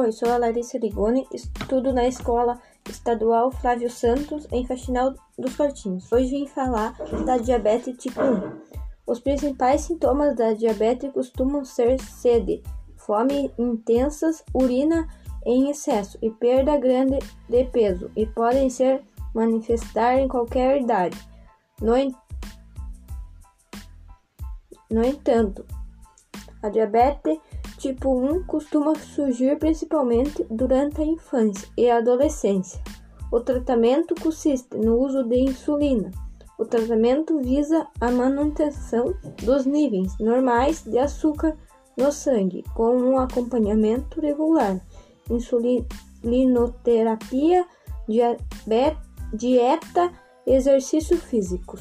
Oi, sou a Larissa Rigoni, estudo na Escola Estadual Flávio Santos, em Faxinal dos Cortinhos. Hoje vim falar da diabetes tipo 1. Os principais sintomas da diabetes costumam ser sede, fome intensas, urina em excesso e perda grande de peso, e podem se manifestar em qualquer idade. No entanto, a diabetes tipo 1 costuma surgir principalmente durante a infância e a adolescência. O tratamento consiste no uso de insulina. O tratamento visa a manutenção dos níveis normais de açúcar no sangue, com um acompanhamento regular, insulinoterapia, dieta e exercícios físicos.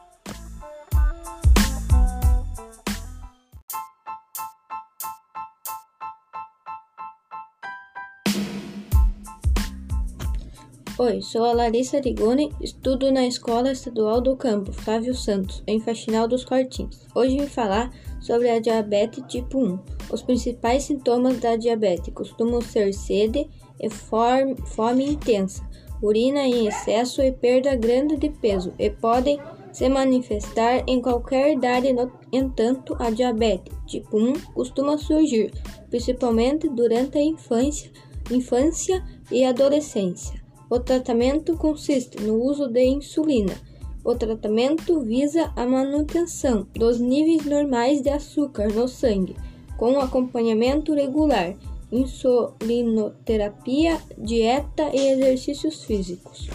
Oi, sou a Larissa Rigoni, estudo na Escola Estadual do Campo Flávio Santos, em Faxinal dos Cortinhos. Hoje vim falar sobre a diabetes tipo 1. Os principais sintomas da diabetes costumam ser sede e fome intensa, urina em excesso e perda grande de peso, e podem se manifestar em qualquer idade. No entanto, a diabetes tipo 1 costuma surgir principalmente durante a infância e adolescência. O tratamento consiste no uso de insulina. O tratamento visa a manutenção dos níveis normais de açúcar no sangue, com acompanhamento regular, insulinoterapia, dieta e exercícios físicos.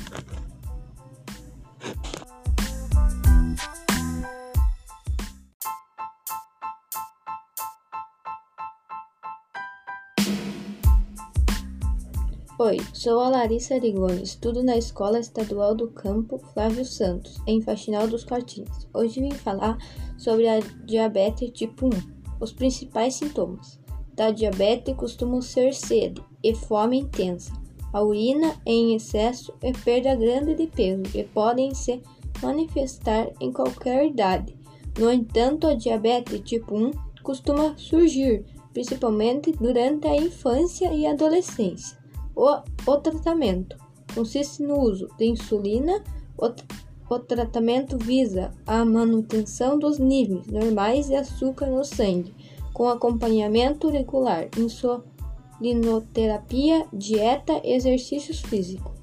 Oi, sou a Larissa Rigoni, estudo na Escola Estadual do Campo Flávio Santos, em Faxinal dos Cortinhos. Hoje vim falar sobre a diabetes tipo 1. Os principais sintomas da diabetes costumam ser sede e fome intensa, a urina em excesso e perda grande de peso, e podem se manifestar em qualquer idade. No entanto, a diabetes tipo 1 costuma surgir principalmente durante a infância e adolescência. O tratamento consiste no uso de insulina. O tratamento visa a manutenção dos níveis normais de açúcar no sangue, com acompanhamento regular, insulinoterapia, dieta e exercícios físicos.